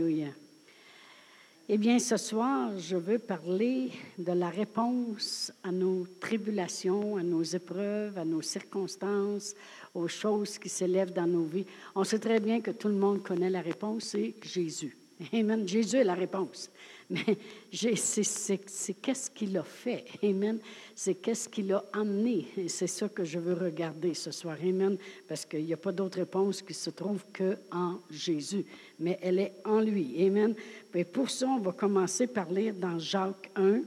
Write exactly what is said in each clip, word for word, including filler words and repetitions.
Alléluia. Eh bien, ce soir, je veux parler de la réponse à nos tribulations, à nos épreuves, à nos circonstances, aux choses qui s'élèvent dans nos vies. On sait très bien que tout le monde connaît la réponse, c'est Jésus. Amen. Jésus est la réponse. Mais c'est, c'est, c'est qu'est-ce qu'il a fait. Amen. C'est qu'est-ce qu'il a amené. Et c'est ça que je veux regarder ce soir. Amen. Parce qu'il n'y a pas d'autre réponse qui se trouve qu'en Jésus. Mais elle est en lui. Amen. Et pour ça, on va commencer par lire dans Jacques un.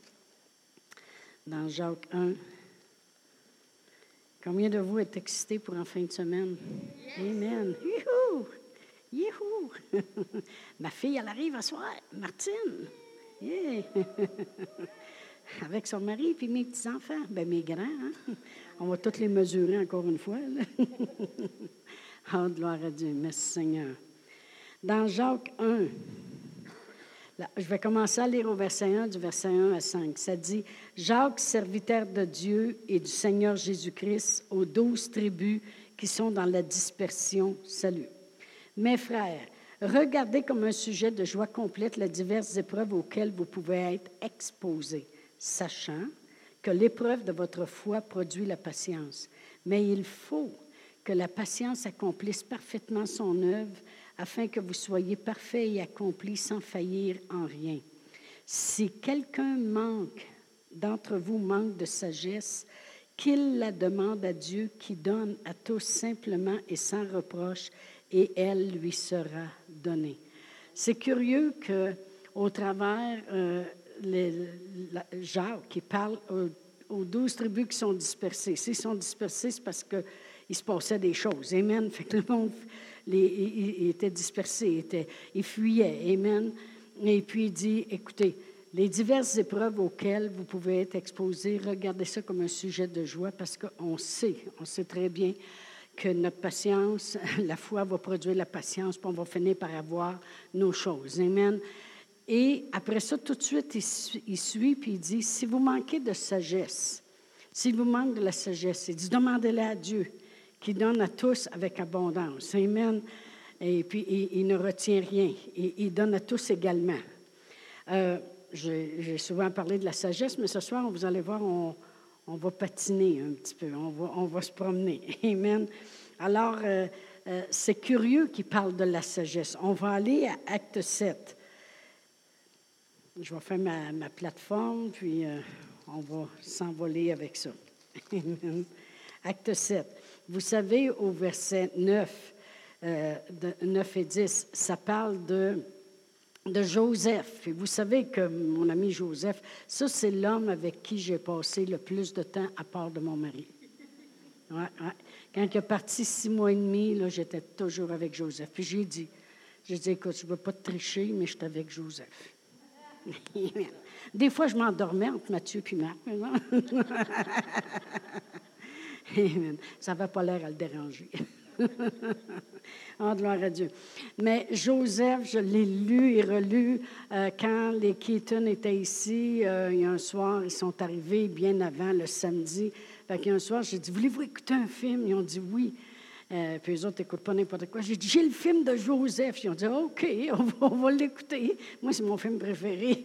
Dans Jacques un. Combien de vous êtes excités pour en fin de semaine? Yes. Amen. Youhou! Youhou! Ma fille, elle arrive à soir, Martine. Yeah. Avec son mari et mes petits-enfants. Ben mes grands, hein? On va tous les mesurer encore une fois. Oh, gloire à Dieu. Merci Seigneur. Dans Jacques un, là, je vais commencer à lire au verset un, du verset un à cinq. Ça dit, « Jacques, serviteur de Dieu et du Seigneur Jésus-Christ, aux douze tribus qui sont dans la dispersion, salut. Mes frères, regardez comme un sujet de joie complète les diverses épreuves auxquelles vous pouvez être exposés, sachant que l'épreuve de votre foi produit la patience. Mais il faut que la patience accomplisse parfaitement son œuvre afin que vous soyez parfaits et accomplis sans faillir en rien. Si quelqu'un manque, d'entre vous manque de sagesse, qu'il la demande à Dieu qui donne à tous simplement et sans reproche, et elle lui sera donnée. » C'est curieux qu'au travers, euh, les, la, Jacques qui parle aux, aux douze tribus qui sont dispersées. S'ils sont dispersés, c'est parce qu'il se passait des choses. Amen. Fait que le monde les, il, il était dispersé, il, était, il fuyait. Amen. Et puis il dit, écoutez, les diverses épreuves auxquelles vous pouvez être exposés, regardez ça comme un sujet de joie parce qu'on sait, on sait très bien que notre patience, la foi va produire la patience, puis on va finir par avoir nos choses. Amen. Et après ça, tout de suite, il, il suit, puis il dit, si vous manquez de sagesse, s'il vous manque de la sagesse, il dit, demandez-la à Dieu, qui donne à tous avec abondance. Amen. Et puis, il, il ne retient rien. Il, il donne à tous également. Euh, j'ai, j'ai souvent parlé de la sagesse, mais ce soir, vous allez voir, on... On va patiner un petit peu, on va, on va se promener. Amen. Alors, euh, euh, c'est curieux qu'il parle de la sagesse. On va aller à Acte sept. Je vais faire ma, ma plateforme, puis euh, on va s'envoler avec ça. Amen. Acte sept. Vous savez, au verset neuf, euh, de neuf et dix, ça parle de... de Joseph. Et vous savez que mon ami Joseph, ça, c'est l'homme avec qui j'ai passé le plus de temps à part de mon mari. Ouais, ouais. Quand il est parti six mois et demi, là, j'étais toujours avec Joseph. Puis j'ai dit, j'ai dit, écoute, je ne veux pas te tricher, mais je suis avec Joseph. Des fois, je m'endormais entre Mathieu et Marc. Ça n'avait pas l'air à le déranger. Oh, gloire à Dieu. Mais Joseph, je l'ai lu et relu euh, quand les Keaton étaient ici. Euh, il y a un soir, ils sont arrivés bien avant, le samedi. Fait qu'il y a un soir, j'ai dit, voulez-vous écouter un film? Ils ont dit oui. Euh, puis eux autres n'écoutent pas n'importe quoi. J'ai dit, j'ai le film de Joseph. Ils ont dit, OK, on va, on va l'écouter. Moi, c'est mon film préféré.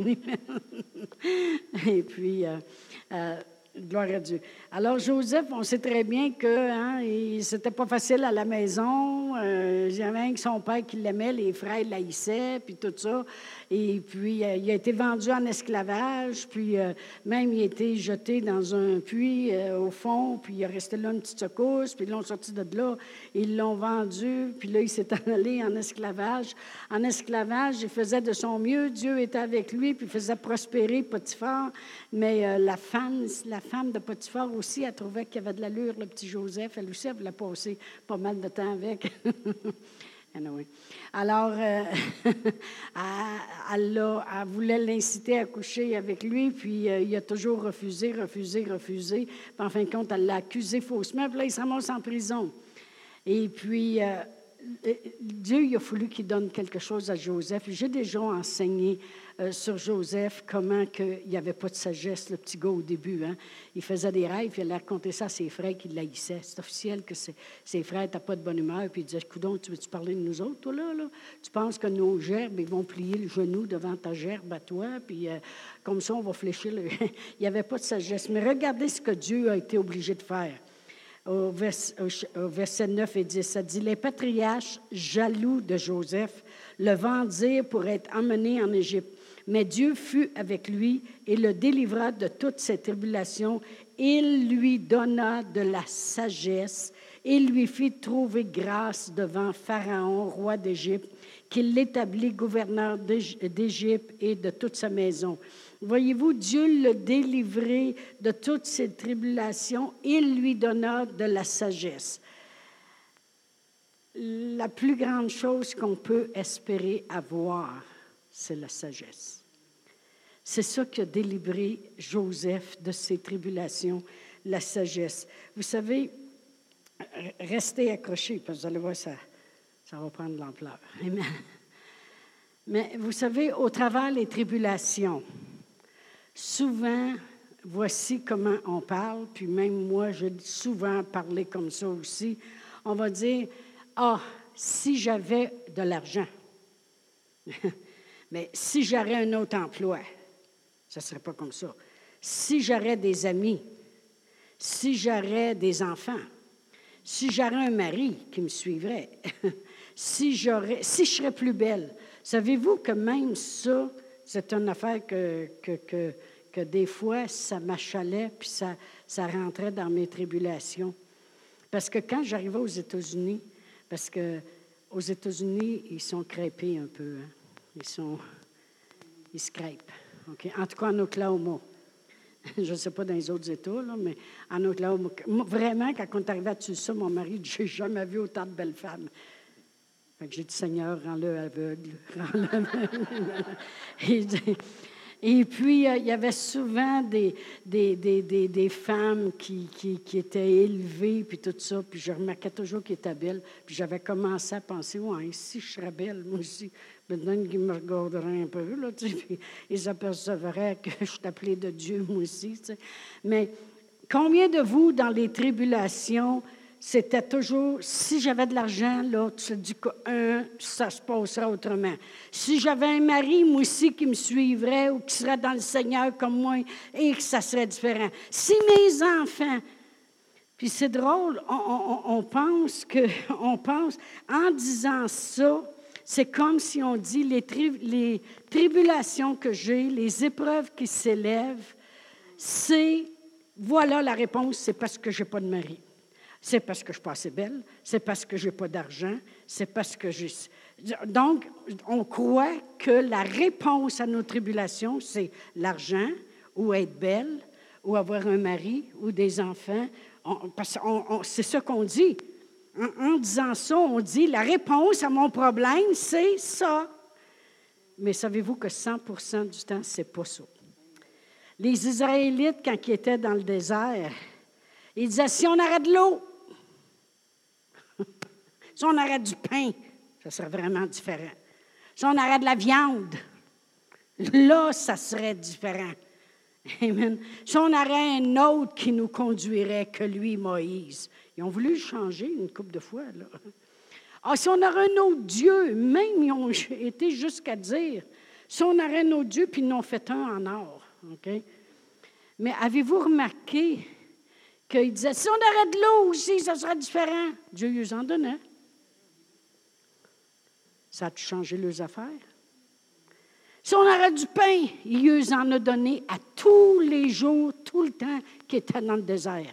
Et puis... Euh, euh, gloire à Dieu. Alors, Joseph, on sait très bien que hein, il, c'était pas facile à la maison. Euh, il y avait que son père qui l'aimait, les frères l'haïssaient, puis tout ça. Et puis, euh, il a été vendu en esclavage, puis euh, même il a été jeté dans un puits euh, au fond, puis il est resté là une petite secousse, puis ils l'ont sorti de là, ils l'ont vendu, puis là, il s'est allé en esclavage. En esclavage, il faisait de son mieux, Dieu était avec lui, puis il faisait prospérer Potiphar, mais euh, la femme, la femme de Potiphar aussi, elle trouvait qu'il avait de l'allure, le petit Joseph. Elle aussi, elle voulait passer pas mal de temps avec. Anyway. Alors, euh, elle, elle, a, elle voulait l'inciter à coucher avec lui, puis euh, il a toujours refusé, refusé, refusé. Puis en fin de compte, elle l'a accusé faussement, puis là, il se ramasse en prison. Et puis, euh, Dieu, il a fallu qu'il donne quelque chose à Joseph. J'ai déjà enseigné euh, sur Joseph comment que, il n'y avait pas de sagesse, le petit gars, au début. Hein. Il faisait des rêves, il allait raconter ça à ses frères qui l'haïssaient. C'est officiel que ses, ses frères n'étaient pas de bonne humeur. Puis il disait, coudonc, tu veux-tu parler de nous autres, toi, là, là? Tu penses que nos gerbes, ils vont plier le genou devant ta gerbe à toi, puis euh, comme ça, on va fléchir le... Il n'y avait pas de sagesse. Mais regardez ce que Dieu a été obligé de faire. Au, vers, au, au verset neuf et dix, ça dit, « Les patriarches, jaloux de Joseph, le vendirent pour être emmené en Égypte. Mais Dieu fut avec lui et le délivra de toutes ses tribulations. Il lui donna de la sagesse. Il lui fit trouver grâce devant Pharaon, roi d'Égypte, qu'il l'établit gouverneur d'Égypte et de toute sa maison. » Voyez-vous, Dieu l'a délivré de toutes ses tribulations. Il lui donna de la sagesse. La plus grande chose qu'on peut espérer avoir, c'est la sagesse. C'est ça qui a délivré Joseph de ses tribulations, la sagesse. Vous savez, restez accrochés, parce que vous allez voir, ça, ça va prendre de l'ampleur. Amen. Mais vous savez, au travers des tribulations, souvent, voici comment on parle, puis même moi, j'ai souvent parlé comme ça aussi. On va dire, ah, si j'avais de l'argent, mais si j'aurais un autre emploi, ça ne serait pas comme ça. Si j'aurais des amis, si j'aurais des enfants, si j'aurais un mari qui me suivrait, si, j'aurais, si je serais plus belle. Savez-vous que même ça, c'est une affaire que, que, que, que des fois, ça m'achalait, puis ça, ça rentrait dans mes tribulations. Parce que quand j'arrivais aux États-Unis, parce qu'aux États-Unis, ils sont crêpés un peu. Hein? Ils sont, ils se crêpent. Okay? En tout cas, en Oklahoma. Je ne sais pas dans les autres États, là, mais en Oklahoma. Vraiment, quand on est arrivé à Tulsa, mon mari dit, je n'ai jamais vu autant de belles femmes. Fait que j'ai dit, Seigneur, rends-le aveugle. Rends-le aveugle. Et, et puis, euh, il y avait souvent des, des, des, des, des femmes qui, qui, qui étaient élevées, puis tout ça. Puis je remarquais toujours qu'elles étaient belles. Puis j'avais commencé à penser, ouais, si je serais belle, moi aussi, maintenant qu'ils me regarderaient un peu, là, tu sais, puis ils s'apercevraient que je suis appelée de Dieu, moi aussi, tu sais. Mais combien de vous, dans les tribulations, c'était toujours, si j'avais de l'argent, là, tu te dis qu'un, ça se passera autrement. Si j'avais un mari, moi aussi, qui me suivrait ou qui serait dans le Seigneur comme moi, et que ça serait différent. Si mes enfants, puis c'est drôle, on, on, on pense que, on pense, en disant ça, c'est comme si on dit les, tri, les tribulations que j'ai, les épreuves qui s'élèvent, c'est, voilà la réponse, c'est parce que je n'ai pas de mari. C'est parce que je ne suis pas assez belle, c'est parce que je n'ai pas d'argent, c'est parce que j'ai... Donc, on croit que la réponse à nos tribulations, c'est l'argent, ou être belle, ou avoir un mari, ou des enfants. On, parce on, on, c'est ça qu'on dit. En, en disant ça, on dit, la réponse à mon problème, c'est ça. Mais savez-vous que cent pour cent du temps, ce n'est pas ça. Les Israélites, quand ils étaient dans le désert, ils disaient, si on arrête de l'eau, si on arrête du pain, ça serait vraiment différent. Si on arrête de la viande, là, ça serait différent. Amen. Si on aurait un autre qui nous conduirait que lui, Moïse. Ils ont voulu changer une couple de fois, là. Ah, si on aurait un autre Dieu, même ils ont été jusqu'à dire, si on aurait un autre Dieu, puis ils en ont fait un en or. Okay? Mais avez-vous remarqué qu'ils disaient, si on aurait de l'eau aussi, ça serait différent. Dieu lui en donnait. Ça a changé leurs affaires? Si on aurait du pain, il lui en a donné à tous les jours, tout le temps qu'il était dans le désert.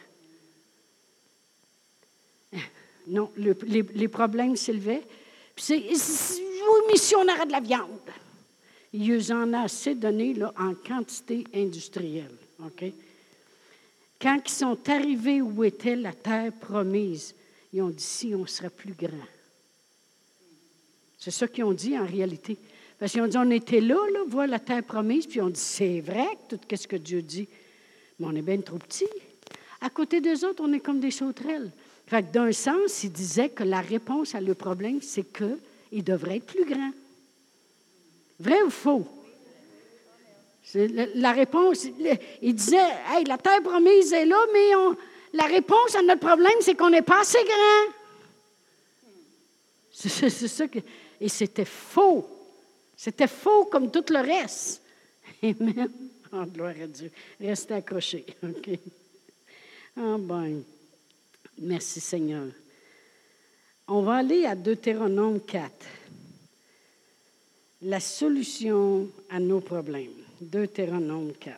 Non, le, les, les problèmes s'élevaient. Puis c'est, c'est, oui, mais si on aurait de la viande, il lui en a assez donné là, en quantité industrielle. OK? Quand ils sont arrivés où était la terre promise, ils ont dit, si on serait plus grand. C'est ça qu'ils ont dit en réalité. Parce qu'ils ont dit, on était là, là, voir la terre promise, puis on dit, c'est vrai, tout ce que Dieu dit, mais on est bien trop petits. À côté d'eux autres, on est comme des sauterelles. Fait que d'un sens, il disait que la réponse à le problème, c'est qu'il devrait être plus grand. Vrai ou faux? C'est la, la réponse, il disait, hey, la terre promise est là, mais on, la réponse à notre problème, c'est qu'on n'est pas assez grand. C'est, c'est, c'est ça que, et c'était faux. C'était faux comme tout le reste. Amen. Oh, gloire à Dieu. Restez accrochés. OK. Ah, ben. Merci, Seigneur. On va aller à Deutéronome quatre. La solution à nos problèmes. Deutéronome quatre.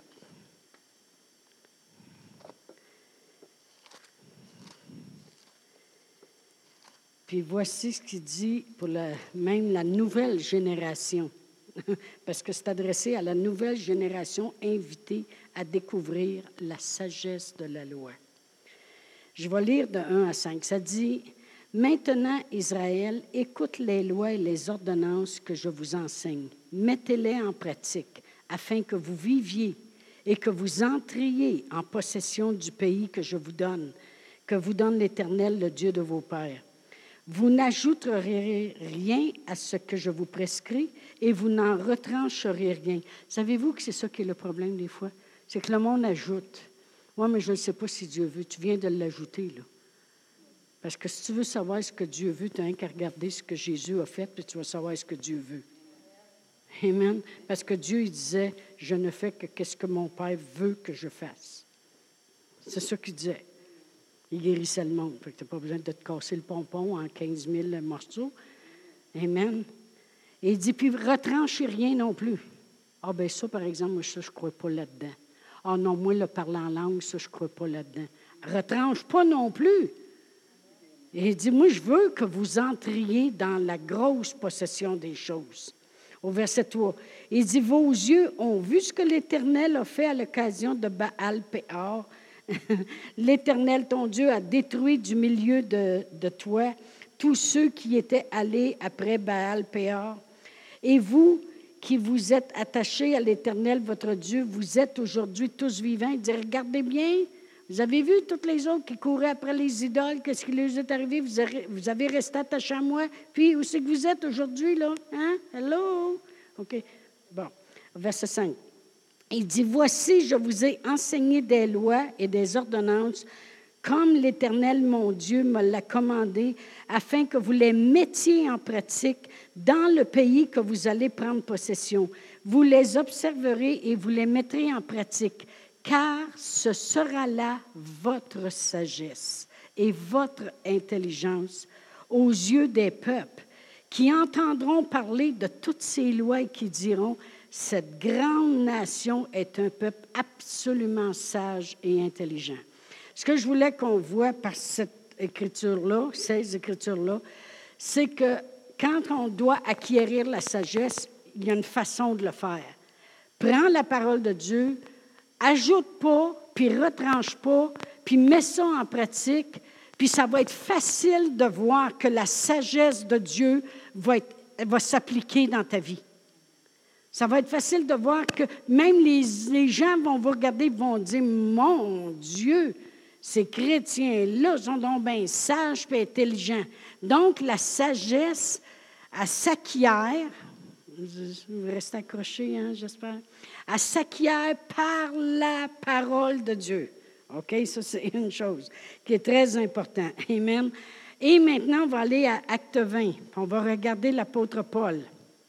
Puis voici ce qu'il dit pour la, même la nouvelle génération, parce que c'est adressé à la nouvelle génération invitée à découvrir la sagesse de la loi. Je vais lire de un à cinq. Ça dit, « Maintenant, Israël, écoute les lois et les ordonnances que je vous enseigne. Mettez-les en pratique, afin que vous viviez et que vous entriez en possession du pays que je vous donne, que vous donne l'Éternel, le Dieu de vos pères. Vous n'ajouterez rien à ce que je vous prescris et vous n'en retrancherez rien. » Savez-vous que c'est ça qui est le problème des fois? C'est que le monde ajoute. Oui, mais je ne sais pas si Dieu veut. Tu viens de l'ajouter, là. Parce que si tu veux savoir ce que Dieu veut, tu n'as qu'à regarder ce que Jésus a fait, puis tu vas savoir ce que Dieu veut. Amen. Parce que Dieu, il disait, je ne fais que qu'est-ce que mon Père veut que je fasse. C'est ça qu'il disait. Il guérissait le monde. Fait que tu n'as pas besoin de te casser le pompon en quinze mille morceaux. Amen. Et il dit, puis retranchez rien non plus. Ah, bien ça, par exemple, moi, ça, je ne crois pas là-dedans. Ah non, moi, le parler en langue, ça, je ne crois pas là-dedans. Retranche pas non plus. Et il dit, moi, je veux que vous entriez dans la grosse possession des choses. Au verset trois, il dit, vos yeux ont vu ce que l'Éternel a fait à l'occasion de Baal-Péor. L'Éternel, ton Dieu, a détruit du milieu de, de toi tous ceux qui étaient allés après Baal-Péor. Et vous, qui vous êtes attachés à l'Éternel, votre Dieu, vous êtes aujourd'hui tous vivants. Il dit, regardez bien, vous avez vu toutes les autres qui couraient après les idoles, qu'est-ce qui leur est arrivé? Vous avez, vous avez resté attachés à moi. Puis, où c'est que vous êtes aujourd'hui, là? Hein? Hello? OK. Bon, verset cinq. Il dit, voici, je vous ai enseigné des lois et des ordonnances, comme l'Éternel, mon Dieu, me l'a commandé, afin que vous les mettiez en pratique dans le pays que vous allez prendre possession. Vous les observerez et vous les mettrez en pratique, car ce sera là votre sagesse et votre intelligence aux yeux des peuples, qui entendront parler de toutes ces lois et qui diront, cette grande nation est un peuple absolument sage et intelligent. Ce que je voulais qu'on voit par cette écriture-là, ces écritures-là, c'est que quand on doit acquérir la sagesse, il y a une façon de le faire. Prends la parole de Dieu, ajoute pas, puis retranche pas, puis mets ça en pratique, puis ça va être facile de voir que la sagesse de Dieu va, être, va s'appliquer dans ta vie. Ça va être facile de voir que même les, les gens vont vous regarder et vont dire, mon Dieu, ces chrétiens-là sont donc bien sages et intelligents. Donc, la sagesse, elle s'acquiert, vous restez accrochés, hein, j'espère, elle s'acquiert par la parole de Dieu. OK, ça c'est une chose qui est très importante. Amen. Et maintenant, on va aller à Acte vingt. On va regarder l'apôtre Paul.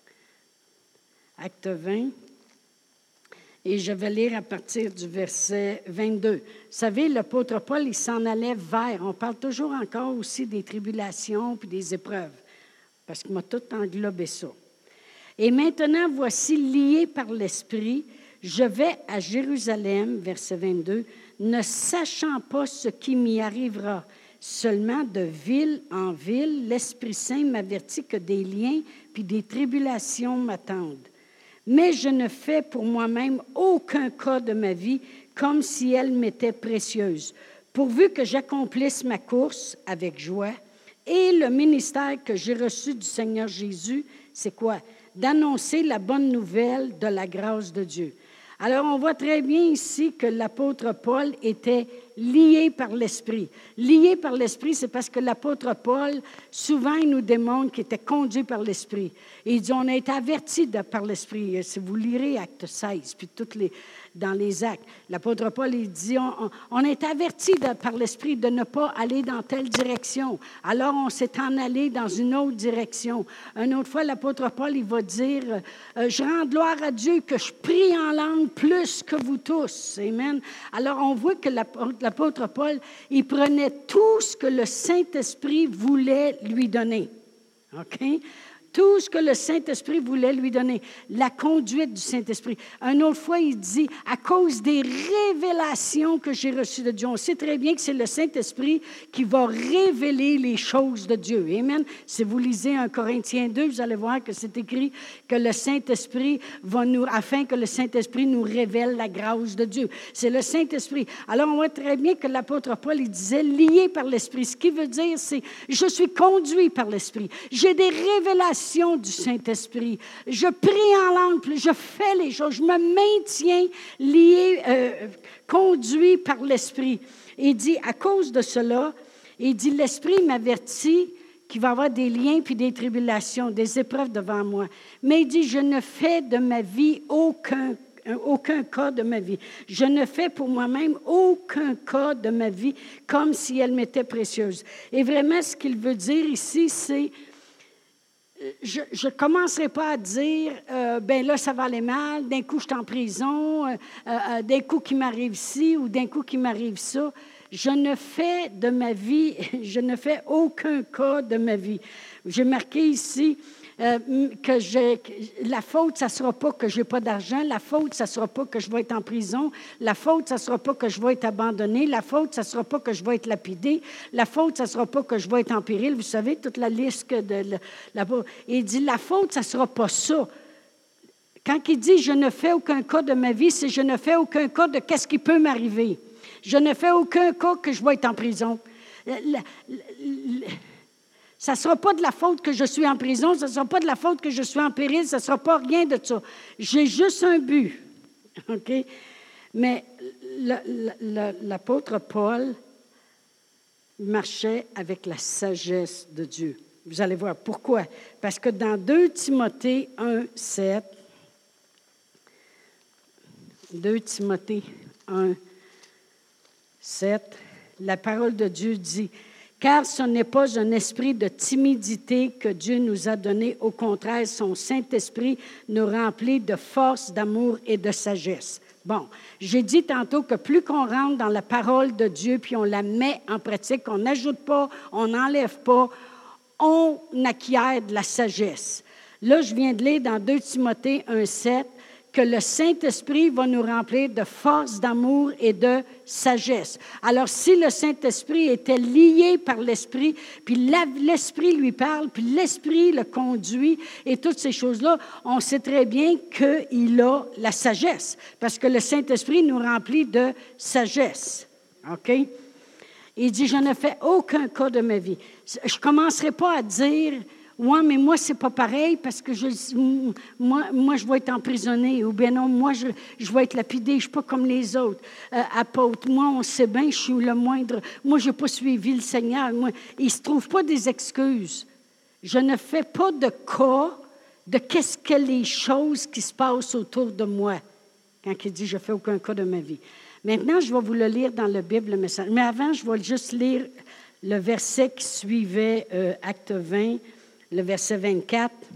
Acte vingt, et je vais lire à partir du verset vingt-deux. Vous savez, l'apôtre Paul, il s'en allait vers, on parle toujours encore aussi des tribulations puis des épreuves, parce qu'il m'a tout englobé ça. Et maintenant, voici, lié par l'Esprit, je vais à Jérusalem, verset vingt-deux, ne sachant pas ce qui m'y arrivera. Seulement de ville en ville, l'Esprit Saint m'avertit que des liens puis des tribulations m'attendent. Mais je ne fais pour moi-même aucun cas de ma vie comme si elle m'était précieuse, pourvu que j'accomplisse ma course avec joie. Et le ministère que j'ai reçu du Seigneur Jésus, c'est quoi? D'annoncer la bonne nouvelle de la grâce de Dieu. Alors, on voit très bien ici que l'apôtre Paul était liés par l'Esprit. Liés par l'Esprit, c'est parce que l'apôtre Paul, souvent, il nous démontre qu'il était conduit par l'Esprit. Et il dit, on a été avertis de, par l'Esprit. Si vous lirez Acte seize, puis toutes les, dans les actes, l'apôtre Paul, il dit, on, on, on est avertis de, par l'Esprit de ne pas aller dans telle direction. Alors, on s'est en allé dans une autre direction. Une autre fois, l'apôtre Paul, il va dire, euh, je rends gloire à Dieu que je prie en langue plus que vous tous. Amen. Alors, on voit que l'apôtre Paul, il prenait tout ce que le Saint-Esprit voulait lui donner. OK? Tout ce que le Saint-Esprit voulait lui donner, la conduite du Saint-Esprit. Une autre fois, il dit, à cause des révélations que j'ai reçues de Dieu. On sait très bien que c'est le Saint-Esprit qui va révéler les choses de Dieu. Amen. Si vous lisez un Corinthiens deux, vous allez voir que c'est écrit que le Saint-Esprit va nous, afin que le Saint-Esprit nous révèle la grâce de Dieu. C'est le Saint-Esprit. Alors, on voit très bien que l'apôtre Paul, il disait, lié par l'Esprit. Ce qui veut dire, c'est, je suis conduit par l'Esprit. J'ai des révélations du Saint-Esprit. Je prie en langue, je fais les choses, je me maintiens lié, euh, conduit par l'Esprit. Il dit, à cause de cela, il dit, l'Esprit m'avertit qu'il va y avoir des liens puis des tribulations, des épreuves devant moi. Mais il dit, je ne fais de ma vie aucun aucun cas de ma vie. Je ne fais pour moi-même aucun cas de ma vie comme si elle m'était précieuse. Et vraiment, ce qu'il veut dire ici, c'est je ne commencerai pas à dire, euh, ben là, ça va aller mal, d'un coup, je suis en prison, euh, euh, d'un coup, qu'il m'arrive ci ou d'un coup, qu'il m'arrive ça. Je ne fais de ma vie, je ne fais aucun cas de ma vie. J'ai marqué ici euh, que j'ai, la faute, ça ne sera pas que je n'ai pas d'argent. La faute, ça ne sera pas que je vais être en prison. La faute, ça ne sera pas que je vais être abandonné. La faute, ça ne sera pas que je vais être lapidé. La faute, ça ne sera pas que je vais être en péril. Vous savez, toute la liste de la, la, il dit, la faute, ça ne sera pas ça. Quand il dit, je ne fais aucun cas de ma vie, c'est je ne fais aucun cas de qu'est-ce qui peut m'arriver. Je ne fais aucun cas que je vais être en prison. La, la, la, ça ne sera pas de la faute que je suis en prison, ça ne sera pas de la faute que je suis en péril, ça ne sera pas rien de ça. J'ai juste un but. OK? Mais l'apôtre Paul marchait avec la sagesse de Dieu. Vous allez voir pourquoi. Parce que dans deux Timothée un, sept, deux Timothée un, sept, la parole de Dieu dit, « Car ce n'est pas un esprit de timidité que Dieu nous a donné. Au contraire, son Saint-Esprit nous remplit de force, d'amour et de sagesse. » Bon, j'ai dit tantôt que plus qu'on rentre dans la parole de Dieu, puis on la met en pratique, on n'ajoute pas, on n'enlève pas, on acquiert de la sagesse. Là, je viens de lire dans deux Timothée un, sept, que le Saint-Esprit va nous remplir de force, d'amour et de sagesse. Alors, si le Saint-Esprit était lié par l'Esprit, puis l'Esprit lui parle, puis l'Esprit le conduit, et toutes ces choses-là, on sait très bien qu'il a la sagesse, parce que le Saint-Esprit nous remplit de sagesse. OK? Il dit, je ne fais aucun cas de ma vie. Je ne commencerai pas à dire, oui, mais moi, c'est pas pareil parce que je, moi, moi, je vais être emprisonné. Ou bien non, moi, je, je vais être lapidé. Je ne suis pas comme les autres euh, apôtres. Moi, on sait bien, je suis le moindre. Moi, je n'ai pas suivi le Seigneur. Moi, il ne se trouve pas des excuses. Je ne fais pas de cas de qu'est-ce que les choses qui se passent autour de moi. Quand il dit, je ne fais aucun cas de ma vie. Maintenant, je vais vous le lire dans la Bible, le message. Mais avant, je vais juste lire le verset qui suivait euh, Acte vingt. Le verset vingt-quatre,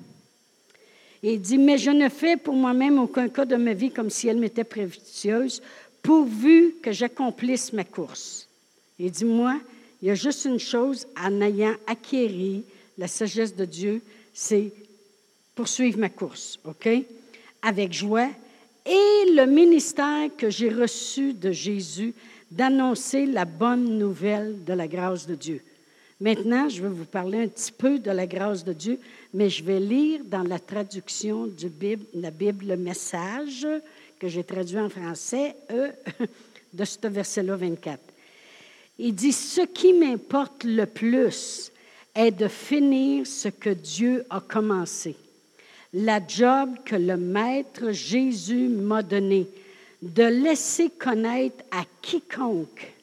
il dit, « Mais je ne fais pour moi-même aucun cas de ma vie comme si elle m'était précieuse, pourvu que j'accomplisse ma course. » Il dit, « Moi, il y a juste une chose, en ayant acquéri la sagesse de Dieu, c'est poursuivre ma course, OK? Avec joie, et le ministère que j'ai reçu de Jésus, d'annoncer la bonne nouvelle de la grâce de Dieu. » Maintenant, je vais vous parler un petit peu de la grâce de Dieu, mais je vais lire dans la traduction de Bible, la Bible, le message que j'ai traduit en français euh, de ce verset-là, vingt-quatre. Il dit, « Ce qui m'importe le plus est de finir ce que Dieu a commencé, la job que le Maître Jésus m'a donnée, de laisser connaître à quiconque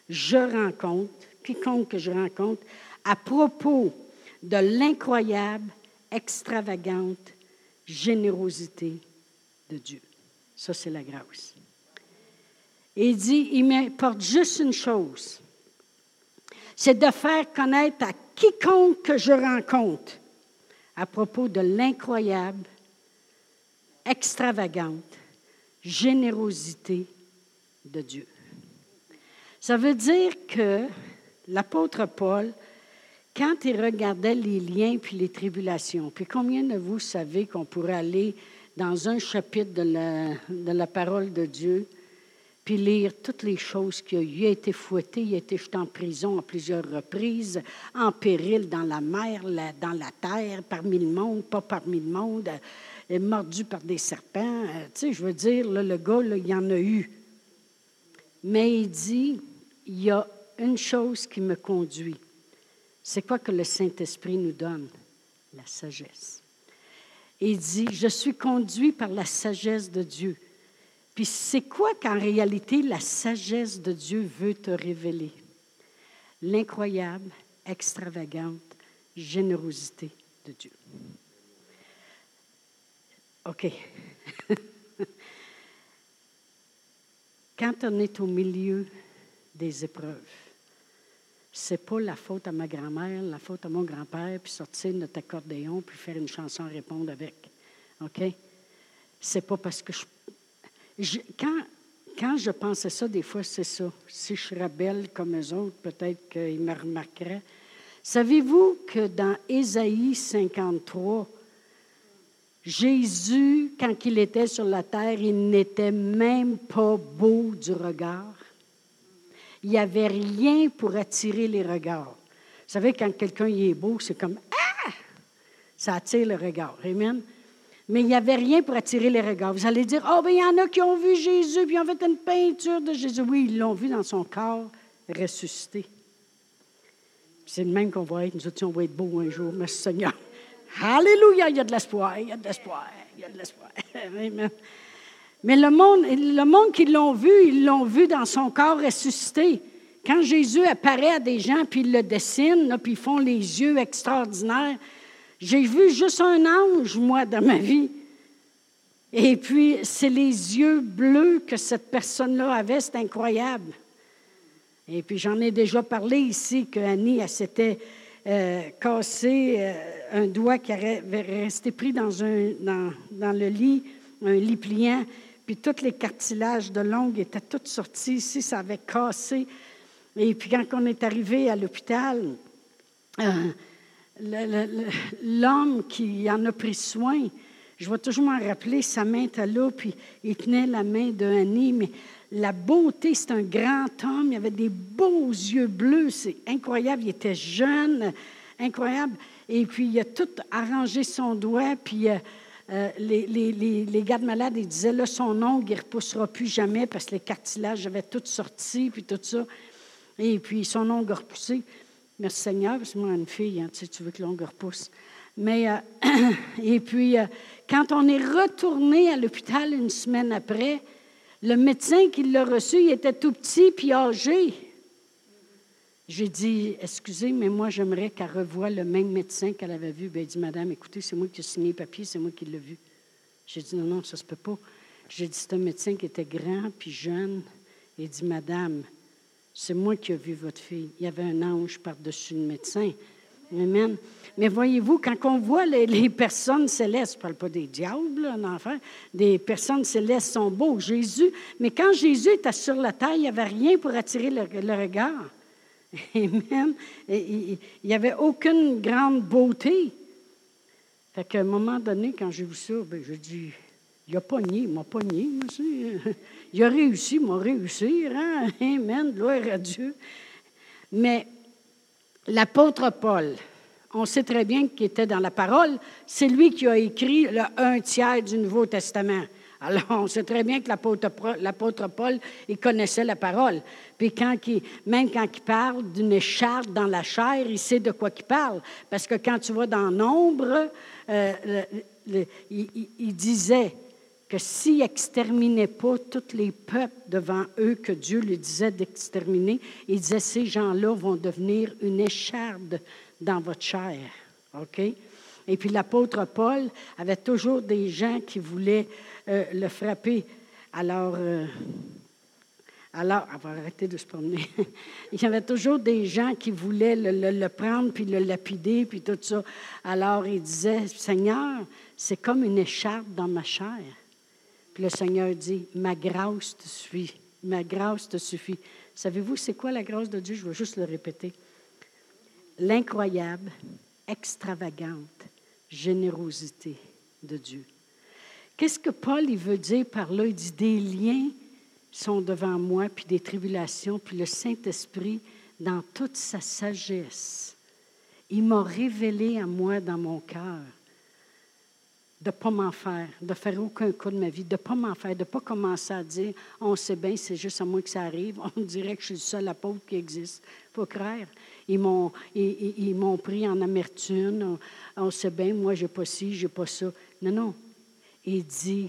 je rencontre, quiconque que je rencontre, à propos de l'incroyable, extravagante générosité de Dieu. Ça, c'est la grâce. Et il dit, il m'importe juste une chose, c'est de faire connaître à quiconque que je rencontre à propos de l'incroyable, extravagante générosité de Dieu. Ça veut dire que l'apôtre Paul, quand il regardait les liens puis les tribulations, puis combien de vous savez qu'on pourrait aller dans un chapitre de la, de la parole de Dieu, puis lire toutes les choses qu'il a eu. Il a été fouetté, il a été jeté en prison à plusieurs reprises, en péril dans la mer, la, dans la terre, parmi le monde, pas parmi le monde, euh, mordu par des serpents. Euh, tu sais, je veux dire, là, le gars, là, il y en a eu. Mais il dit, il y a une chose qui me conduit. C'est quoi que le Saint-Esprit nous donne? La sagesse. Il dit, je suis conduit par la sagesse de Dieu. Puis c'est quoi qu'en réalité la sagesse de Dieu veut te révéler? L'incroyable, extravagante générosité de Dieu. OK. Quand on est au milieu des épreuves, c'est pas la faute à ma grand-mère, la faute à mon grand-père, puis sortir notre accordéon, puis faire une chanson à répondre avec. OK? C'est pas parce que je... je quand, quand je pensais ça, des fois, c'est ça. Si je serais belle comme eux autres, peut-être qu'ils me remarqueraient. Savez-vous que dans Ésaïe cinquante-trois, Jésus, quand il était sur la terre, il n'était même pas beau du regard. Il n'y avait rien pour attirer les regards. Vous savez, quand quelqu'un y est beau, c'est comme « Ah! » Ça attire le regard. Amen. Mais il n'y avait rien pour attirer les regards. Vous allez dire « Oh, bien, il y en a qui ont vu Jésus, puis ils ont fait une peinture de Jésus. » Oui, ils l'ont vu dans son corps ressuscité. C'est le même qu'on va être. Nous autres, on va être beaux un jour. Merci Seigneur. Alléluia, il y a de l'espoir, il y a de l'espoir, il y a de l'espoir. Amen. Mais le monde, le monde qui l'ont vu, ils l'ont vu dans son corps ressuscité. Quand Jésus apparaît à des gens, puis ils le dessinent, là, puis ils font les yeux extraordinaires, j'ai vu juste un ange, moi, dans ma vie. Et puis, c'est les yeux bleus que cette personne-là avait, c'est incroyable. Et puis, j'en ai déjà parlé ici, que Annie, elle s'était euh, cassé euh, un doigt qui avait resté pris dans, un, dans, dans le lit, un lit pliant, puis tous les cartilages de l'ongle étaient tous sortis ici, ça avait cassé. Et puis, quand on est arrivé à l'hôpital, euh, le, le, l'homme qui en a pris soin, je vais toujours m'en rappeler, sa main était là, puis il tenait la main de Annie, mais la beauté, c'est un grand homme, il avait des beaux yeux bleus, c'est incroyable, il était jeune, incroyable. Et puis, il a tout arrangé son doigt, puis euh, euh, les, les, les, les gardes malades, ils disaient, là, son ongle, il ne repoussera plus jamais, parce que les cartilages avaient tout sorti, puis tout ça. Et puis, son ongle a repoussé. Merci Seigneur, parce que moi, une fille, hein, tu sais, tu veux que l'ongle repousse. Mais, euh, et puis, euh, quand on est retourné à l'hôpital une semaine après, le médecin qui l'a reçu, il était tout petit puis âgé. J'ai dit, excusez, mais moi, j'aimerais qu'elle revoie le même médecin qu'elle avait vu. Bien, il dit, madame, écoutez, c'est moi qui ai signé le papier, c'est moi qui l'ai vu. J'ai dit, non, non, ça se peut pas. J'ai dit, c'est un médecin qui était grand puis jeune. Il dit, madame, c'est moi qui ai vu votre fille. Il y avait un ange par-dessus le médecin. Amen. Mais voyez-vous, quand on voit les, les personnes célestes, je ne parle pas des diables, là, en enfer, des personnes célestes sont beaux, Jésus, mais quand Jésus était sur la terre, il n'y avait rien pour attirer le, le regard. Amen. Il n'y avait aucune grande beauté. Fait qu'à un moment donné, quand j'ai vu ça, ben, j'ai dit, il a pogné, il m'a pogné, monsieur. Il a réussi, il m'a réussi. Hein? Amen, gloire à Dieu. Mais l'apôtre Paul, on sait très bien qu'il était dans la parole, c'est lui qui a écrit le un tiers du Nouveau Testament. Alors, on sait très bien que l'apôtre, l'apôtre Paul, il connaissait la parole. Puis quand il, même quand il parle d'une écharpe dans la chair, il sait de quoi il parle. Parce que quand tu vas dans Nombre, euh, le, le, il, il disait que s'il n'exterminait pas tous les peuples devant eux que Dieu lui disait d'exterminer, il disait, ces gens-là vont devenir une écharde dans votre chair. OK? Et puis l'apôtre Paul avait toujours des gens qui voulaient euh, le frapper. Alors, euh, alors, on va arrêter de se promener. Il y avait toujours des gens qui voulaient le, le, le prendre, puis le lapider, puis tout ça. Alors, il disait, Seigneur, c'est comme une écharpe dans ma chair. Puis le Seigneur dit, ma grâce te suffit. Ma grâce te suffit. Savez-vous, c'est quoi la grâce de Dieu? Je vais juste le répéter. L'incroyable, extravagante générosité de Dieu. Qu'est-ce que Paul il veut dire par là? Il dit, des liens sont devant moi, puis des tribulations, puis le Saint-Esprit, dans toute sa sagesse, il m'a révélé à moi dans mon cœur de ne pas m'en faire, de faire aucun cas de ma vie, de ne pas m'en faire, de ne pas commencer à dire, on sait bien, c'est juste à moi que ça arrive, on dirait que je suis le seul apôtre qui existe. Il faut croire. Ils m'ont, ils, ils, ils m'ont pris en amertume, on, on sait bien, moi, je n'ai pas ci, je n'ai pas ça. Non, non. Il dit,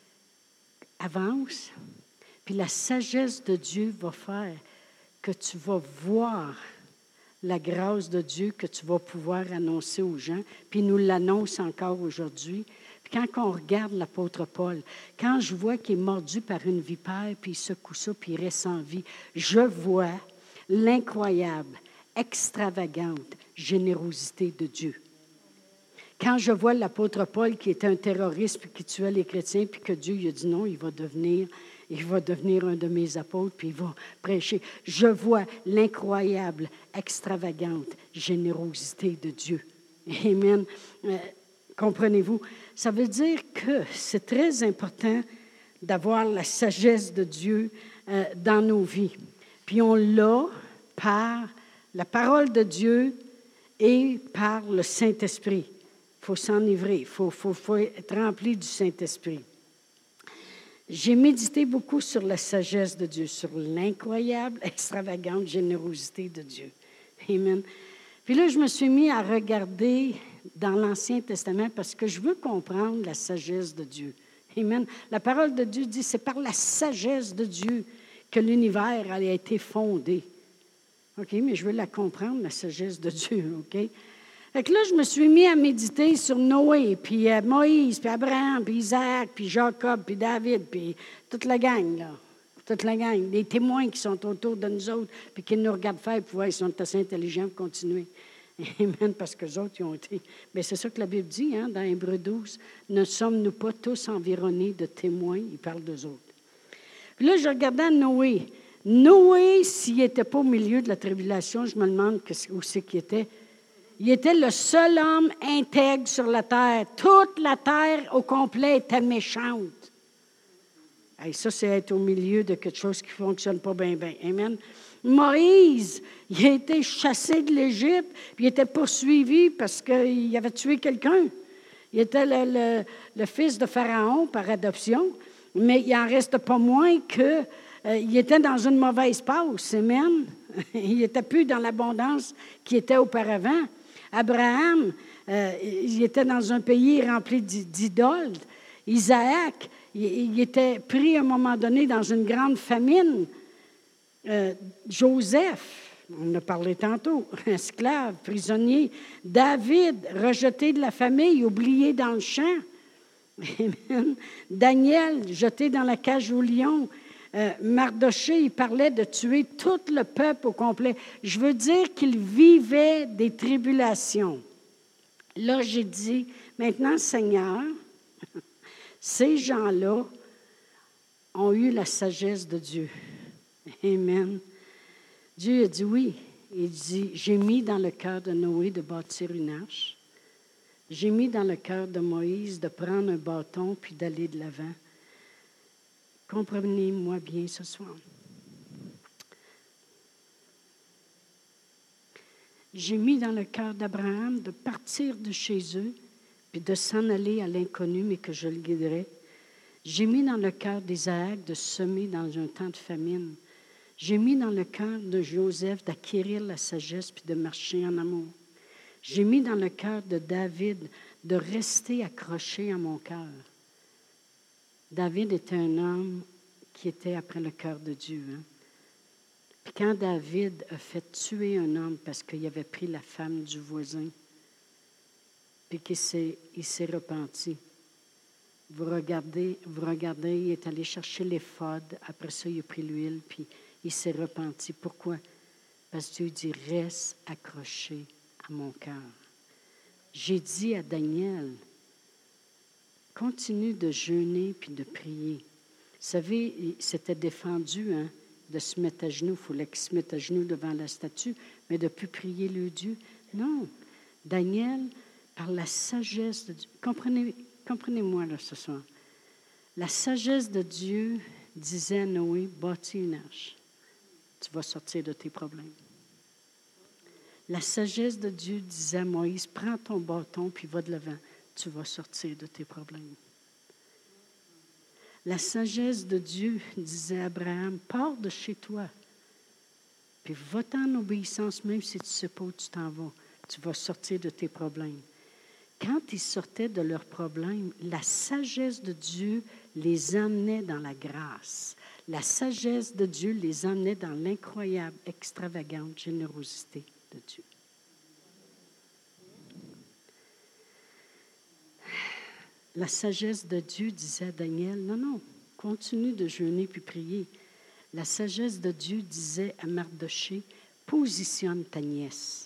avance, puis la sagesse de Dieu va faire que tu vas voir la grâce de Dieu que tu vas pouvoir annoncer aux gens, puis il nous l'annonce encore aujourd'hui. Puis quand on regarde l'apôtre Paul, quand je vois qu'il est mordu par une vipère, puis il secoue ça, puis il reste en vie, je vois l'incroyable, extravagante générosité de Dieu. Quand je vois l'apôtre Paul qui était un terroriste, puis qui tuait les chrétiens, puis que Dieu lui a dit non, il va devenir... Il va devenir un de mes apôtres, puis il va prêcher. Je vois l'incroyable, extravagante générosité de Dieu. Amen. Euh, comprenez-vous? Ça veut dire que c'est très important d'avoir la sagesse de Dieu euh, dans nos vies. Puis on l'a par la parole de Dieu et par le Saint-Esprit. Il faut s'enivrer, il faut, faut, faut être rempli du Saint-Esprit. J'ai médité beaucoup sur la sagesse de Dieu, sur l'incroyable, extravagante générosité de Dieu. Amen. Puis là, je me suis mis à regarder dans l'Ancien Testament parce que je veux comprendre la sagesse de Dieu. Amen. La parole de Dieu dit, c'est par la sagesse de Dieu que l'univers a été fondé. OK, mais je veux la comprendre, la sagesse de Dieu, OK? Fait que là, je me suis mis à méditer sur Noé, puis euh, Moïse, puis Abraham, puis Isaac, puis Jacob, puis David, puis toute la gang, là. Toute la gang. Les témoins qui sont autour de nous autres, puis qui nous regardent faire, puis ouais, ils sont assez intelligents pour continuer. Amen, parce qu'eux autres, ils ont été... Mais c'est ça que la Bible dit, hein, dans Hébreux douze. Ne sommes-nous pas tous environnés de témoins? Il parle d'eux autres. Puis là, je regardais Noé. Noé, s'il n'était pas au milieu de la tribulation, je me demande où c'est qu'il était. Il était le seul homme intègre sur la terre. Toute la terre au complet était méchante. Et ça, c'est être au milieu de quelque chose qui ne fonctionne pas bien, bien. Amen. Moïse, il a été chassé de l'Égypte, puis il était poursuivi parce qu'il avait tué quelqu'un. Il était le, le, le fils de Pharaon par adoption, mais il n'en reste pas moins qu'il euh, était dans une mauvaise passe. Amen. Il n'était plus dans l'abondance qu'il était auparavant. Abraham, euh, il était dans un pays rempli d'idoles. Isaac, il, il était pris à un moment donné dans une grande famine. Euh, Joseph, on en a parlé tantôt, esclave, prisonnier. David, rejeté de la famille, oublié dans le champ. Amen. Daniel, jeté dans la cage au lion. Euh, Mardoché, il parlait de tuer tout le peuple au complet. Je veux dire qu'il vivait des tribulations. Là, j'ai dit, maintenant, Seigneur, ces gens-là ont eu la sagesse de Dieu. Amen. Dieu a dit oui. Il dit, j'ai mis dans le cœur de Noé de bâtir une arche. J'ai mis dans le cœur de Moïse de prendre un bâton puis d'aller de l'avant. Comprenez-moi bien ce soir. J'ai mis dans le cœur d'Abraham de partir de chez eux puis de s'en aller à l'inconnu, mais que je le guiderai. J'ai mis dans le cœur d'Isaac de semer dans un temps de famine. J'ai mis dans le cœur de Joseph d'acquérir la sagesse puis de marcher en amour. J'ai mis dans le cœur de David de rester accroché à mon cœur. David était un homme qui était après le cœur de Dieu. Hein? Puis quand David a fait tuer un homme parce qu'il avait pris la femme du voisin, puis qu'il s'est, il s'est repenti, vous regardez, vous regardez, il est allé chercher l'éphod, après ça, il a pris l'huile, puis il s'est repenti. Pourquoi? Parce que Dieu dit, reste accroché à mon cœur. J'ai dit à Daniel, continue de jeûner puis de prier. Vous savez, il s'était défendu hein, de se mettre à genoux. Il fallait qu'il se mette à genoux devant la statue, mais de ne plus prier le Dieu. Non. Daniel, par la sagesse de Dieu, comprenez, comprenez-moi là ce soir, la sagesse de Dieu disait à Noé, bâtis une arche. Tu vas sortir de tes problèmes. La sagesse de Dieu disait à Moïse, prends ton bâton puis va de l'avant. Tu vas sortir de tes problèmes. La sagesse de Dieu disait à Abraham, pars de chez toi, puis va-t'en en obéissance, même si tu ne sais pas où tu t'en vas. Tu vas sortir de tes problèmes. Quand ils sortaient de leurs problèmes, la sagesse de Dieu les emmenait dans la grâce. La sagesse de Dieu les emmenait dans l'incroyable, extravagante générosité de Dieu. La sagesse de Dieu disait à Daniel, non, non, continue de jeûner puis prier. La sagesse de Dieu disait à Mardoché, positionne ta nièce.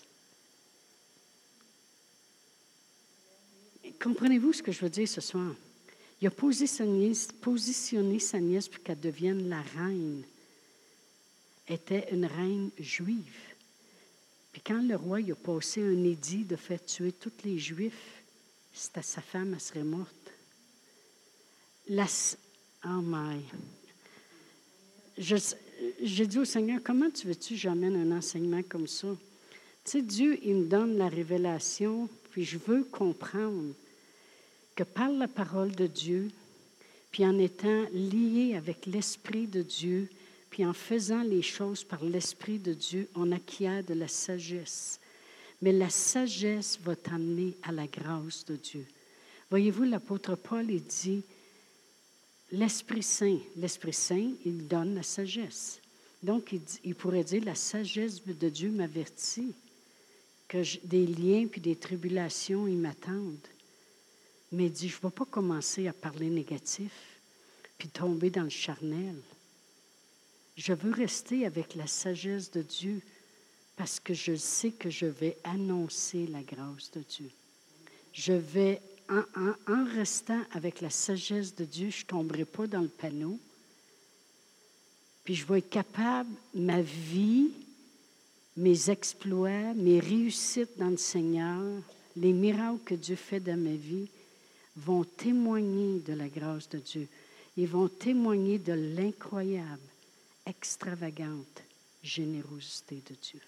Comprenez-vous ce que je veux dire ce soir? Il a positionné, positionné sa nièce pour qu'elle devienne la reine. Elle était une reine juive. Puis quand le roi il a passé un édit de faire tuer tous les Juifs, c'était sa femme, elle serait morte. La, oh my! Je, j'ai dit au Seigneur, comment tu veux-tu que j'amène un enseignement comme ça? Tu sais, Dieu, il me donne la révélation, puis je veux comprendre que par la parole de Dieu, puis en étant lié avec l'Esprit de Dieu, puis en faisant les choses par l'Esprit de Dieu, on acquiert de la sagesse. Mais la sagesse va t'amener à la grâce de Dieu. Voyez-vous, l'apôtre Paul, il dit, l'Esprit Saint, l'Esprit Saint, il donne la sagesse. Donc, il, dit, il pourrait dire, la sagesse de Dieu m'avertit que je, des liens puis des tribulations, ils m'attendent. Mais il dit, je ne vais pas commencer à parler négatif puis tomber dans le charnel. Je veux rester avec la sagesse de Dieu parce que je sais que je vais annoncer la grâce de Dieu. Je vais, en, en, en restant avec la sagesse de Dieu, je ne tomberai pas dans le panneau. Puis je vais être capable, ma vie, mes exploits, mes réussites dans le Seigneur, les miracles que Dieu fait dans ma vie, vont témoigner de la grâce de Dieu. Ils vont témoigner de l'incroyable, extravagante générosité de Dieu.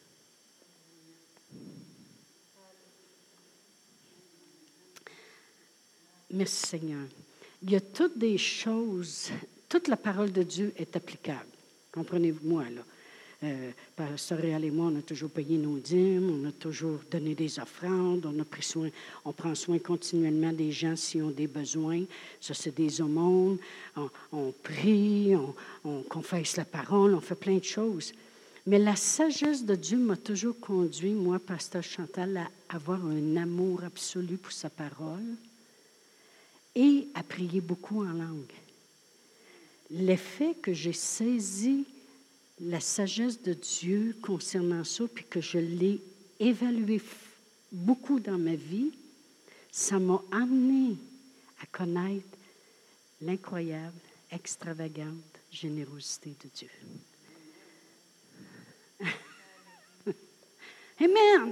Merci Seigneur. Il y a toutes des choses, toute la parole de Dieu est applicable. Comprenez-moi là. Euh, Pasteur Réal et moi, on a toujours payé nos dîmes, on a toujours donné des offrandes, on a pris soin, on prend soin continuellement des gens s'ils ont des besoins. Ça, c'est des aumônes. On, on prie, on, on confesse la parole, on fait plein de choses. Mais la sagesse de Dieu m'a toujours conduit, moi, Pasteur Chantal, à avoir un amour absolu pour sa parole et à prier beaucoup en langue. L'effet que j'ai saisi la sagesse de Dieu concernant ça, puis que je l'ai évalué beaucoup dans ma vie, ça m'a amené à connaître l'incroyable, extravagante générosité de Dieu. Amen!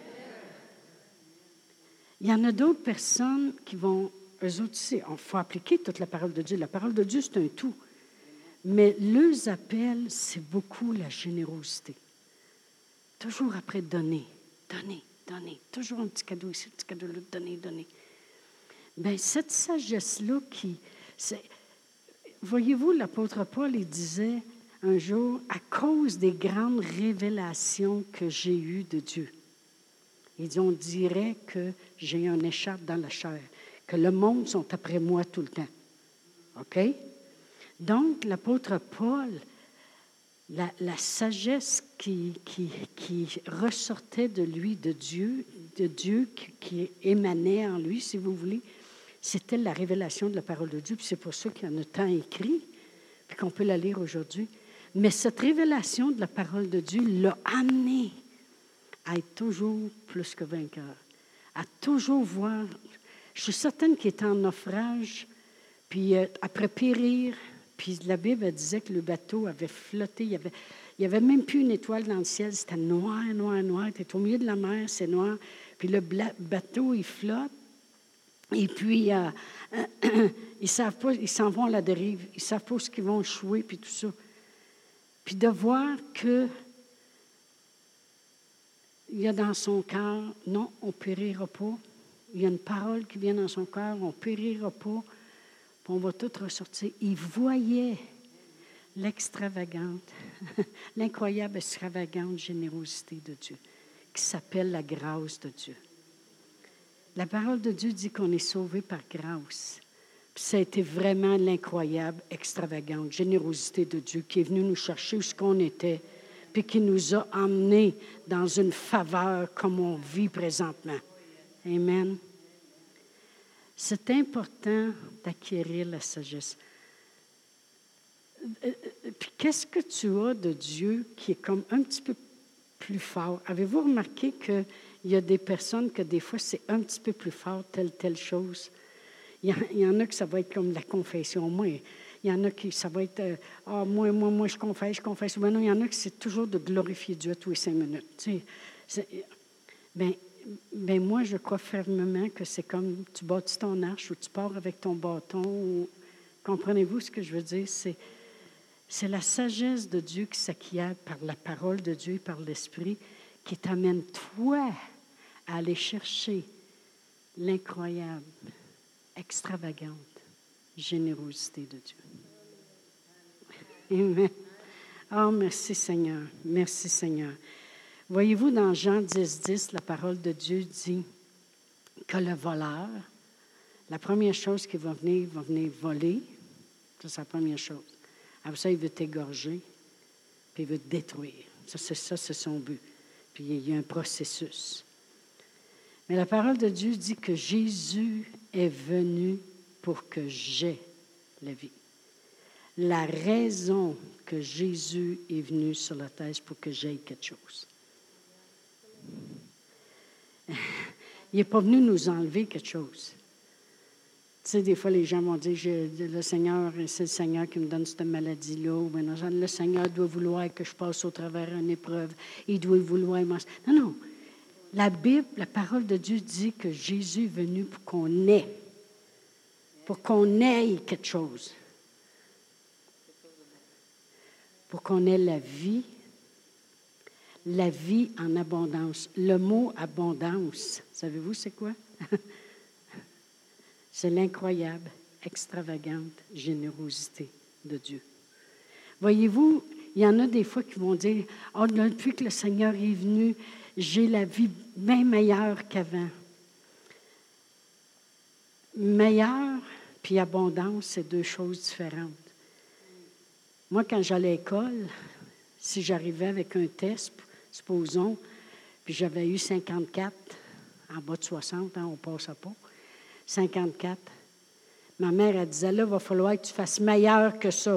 Il y en a d'autres personnes qui vont, eux autres, il faut appliquer toute la parole de Dieu. La parole de Dieu, c'est un tout. Mais leurs appels, c'est beaucoup la générosité. Toujours après donner, donner, donner. Toujours un petit cadeau ici, un petit cadeau là, donner, donner. Bien, cette sagesse-là qui... C'est, voyez-vous, l'apôtre Paul, il disait un jour, à cause des grandes révélations que j'ai eues de Dieu. Il dit, on dirait que j'ai une écharpe dans la chair, que le monde sont après moi tout le temps. OK? Donc, l'apôtre Paul, la, la sagesse qui, qui, qui ressortait de lui, de Dieu, de Dieu qui, qui émanait en lui, si vous voulez, c'était la révélation de la parole de Dieu. Puis c'est pour ça qu'il y en a tant écrit, puis qu'on peut la lire aujourd'hui. Mais cette révélation de la parole de Dieu l'a amené à être toujours plus que vainqueur, à toujours voir. Je suis certaine qu'il était en naufrage, puis euh, après périr, puis la Bible disait que le bateau avait flotté, il n'y avait, il avait même plus une étoile dans le ciel, c'était noir, noir, noir, tu es au milieu de la mer, c'est noir, puis le bla- bateau, il flotte, et puis euh, euh, ils savent pas, ils s'en vont à la dérive, ils ne savent pas où ils vont échouer, puis tout ça. Puis de voir que il y a dans son cœur, non, on ne périra pas. Il y a une parole qui vient dans son cœur, on ne périra pas, puis on va tout ressortir. Il voyait l'extravagante, l'incroyable extravagante générosité de Dieu, qui s'appelle la grâce de Dieu. La parole de Dieu dit qu'on est sauvé par grâce. Puis ça a été vraiment l'incroyable, extravagante générosité de Dieu qui est venu nous chercher où ce qu'on était, puis qui nous a emmenés dans une faveur comme on vit présentement. Amen. C'est important d'acquérir la sagesse. Puis qu'est-ce que tu as de Dieu qui est comme un petit peu plus fort? Avez-vous remarqué qu'il y a des personnes que des fois c'est un petit peu plus fort, telle, telle chose? Il y, en, il y en a que ça va être comme la confession. Moi, il y en a qui, ça va être, euh, ah, oh, moi, moi, moi, je confesse, je confesse. Ben non, il y en a qui c'est toujours de glorifier Dieu à tous les cinq minutes. Tu sais, ben, ben moi, je crois fermement que c'est comme tu bâtis ton arche ou tu pars avec ton bâton. Ou, comprenez-vous ce que je veux dire? C'est, c'est la sagesse de Dieu qui s'acquiert par la parole de Dieu et par l'Esprit qui t'amène, toi, à aller chercher l'incroyable, extravagante générosité de Dieu. Amen. Oh, merci Seigneur. Merci Seigneur. Voyez-vous, dans Jean dix, dix, la parole de Dieu dit que le voleur, la première chose qui va venir, il va venir voler. Ça, c'est la première chose. Après ça, il veut t'égorger, puis il veut te détruire. Ça, c'est ça, c'est son but. Puis il y a un processus. Mais la parole de Dieu dit que Jésus est venu pour que j'aie la vie. La raison que Jésus est venu sur la terre, c'est pour que j'aie quelque chose. Il n'est pas venu nous enlever quelque chose. Tu sais, des fois, les gens vont dire, je, le Seigneur, c'est le Seigneur qui me donne cette maladie-là. Ou bien, le Seigneur doit vouloir que je passe au travers d'une épreuve. Il doit vouloir... Non, non. La Bible, la parole de Dieu dit que Jésus est venu pour qu'on ait. Pour qu'on ait quelque chose. Pour qu'on ait la vie. La vie en abondance. Le mot abondance, savez-vous c'est quoi? C'est l'incroyable, extravagante générosité de Dieu. Voyez-vous, il y en a des fois qui vont dire, « Oh, depuis que le Seigneur est venu, j'ai la vie bien meilleure qu'avant. » Meilleure puis abondance, c'est deux choses différentes. Moi, quand j'allais à l'école, si j'arrivais avec un test, supposons, puis j'avais eu cinquante-quatre, en bas de soixante, hein, on ne passe pas, cinquante-quatre. Ma mère, elle disait, là, il va falloir que tu fasses meilleur que ça.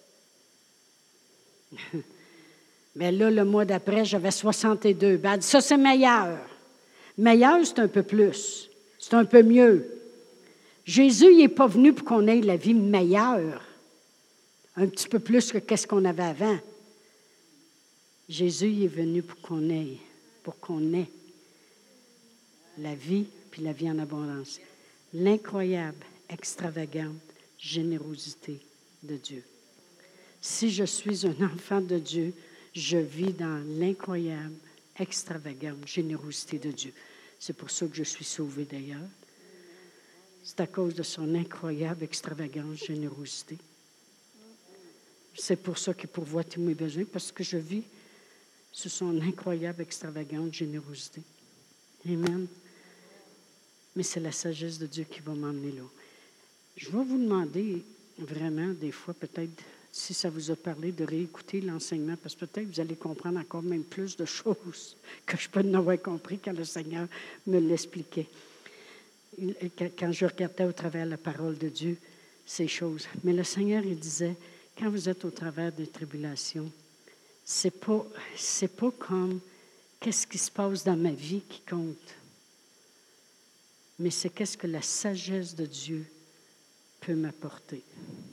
Mais là, le mois d'après, j'avais soixante-deux. Ben, elle dit, ça, c'est meilleur. Meilleur, c'est un peu plus. C'est un peu mieux. Jésus, il n'est pas venu pour qu'on ait la vie meilleure. Un petit peu plus que qu'est-ce qu'on avait avant. Jésus, il est venu pour qu'on ait, pour qu'on ait la vie, puis la vie en abondance. L'incroyable, extravagante générosité de Dieu. Si je suis un enfant de Dieu, je vis dans l'incroyable, extravagante générosité de Dieu. C'est pour ça que je suis sauvé d'ailleurs. C'est à cause de son incroyable, extravagante générosité. C'est pour ça qu'il pourvoit tous mes besoins, parce que je vis sous son incroyable, extravagante générosité. Amen. Mais c'est la sagesse de Dieu qui va m'emmener là. Je vais vous demander, vraiment, des fois, peut-être, si ça vous a parlé, de réécouter l'enseignement, parce que peut-être vous allez comprendre encore même plus de choses que je peux n'avoir compris quand le Seigneur me l'expliquait. Quand je regardais au travers la parole de Dieu, ces choses. Mais le Seigneur, il disait, quand vous êtes au travers des tribulations, c'est pas, c'est pas comme qu'est-ce qui se passe dans ma vie qui compte, mais c'est qu'est-ce que la sagesse de Dieu peut m'apporter.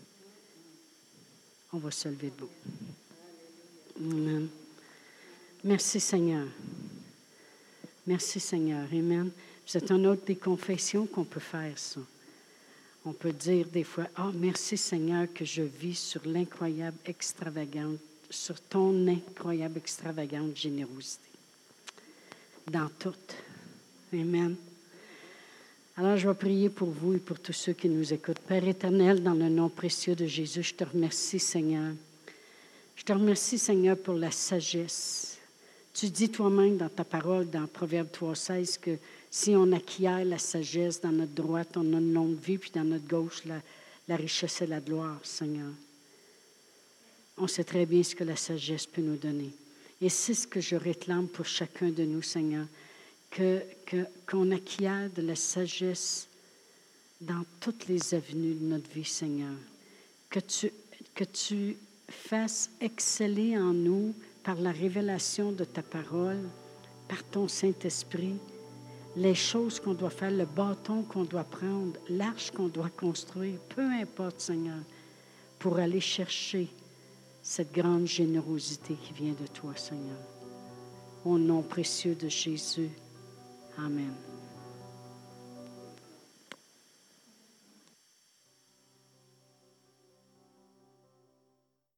On va se lever debout. Amen. Merci Seigneur. Merci Seigneur. Amen. C'est une autre des confessions qu'on peut faire, ça. On peut dire des fois, « Ah, oh, merci Seigneur que je vis sur l'incroyable extravagante, sur ton incroyable extravagante générosité. » Dans tout. Amen. Alors, je vais prier pour vous et pour tous ceux qui nous écoutent. Père éternel, dans le nom précieux de Jésus, je te remercie, Seigneur. Je te remercie, Seigneur, pour la sagesse. Tu dis toi-même dans ta parole, dans Proverbe trois seize, que si on acquiert la sagesse dans notre droite, on a une longue vie, puis dans notre gauche, la, la richesse et la gloire, Seigneur. On sait très bien ce que la sagesse peut nous donner. Et c'est ce que je réclame pour chacun de nous, Seigneur, que, que, qu'on acquiert de la sagesse dans toutes les avenues de notre vie, Seigneur. Que tu, que tu fasses exceller en nous, par la révélation de ta parole, par ton Saint-Esprit, les choses qu'on doit faire, le bâton qu'on doit prendre, l'arche qu'on doit construire, peu importe, Seigneur, pour aller chercher cette grande générosité qui vient de toi, Seigneur. Au nom précieux de Jésus. Amen.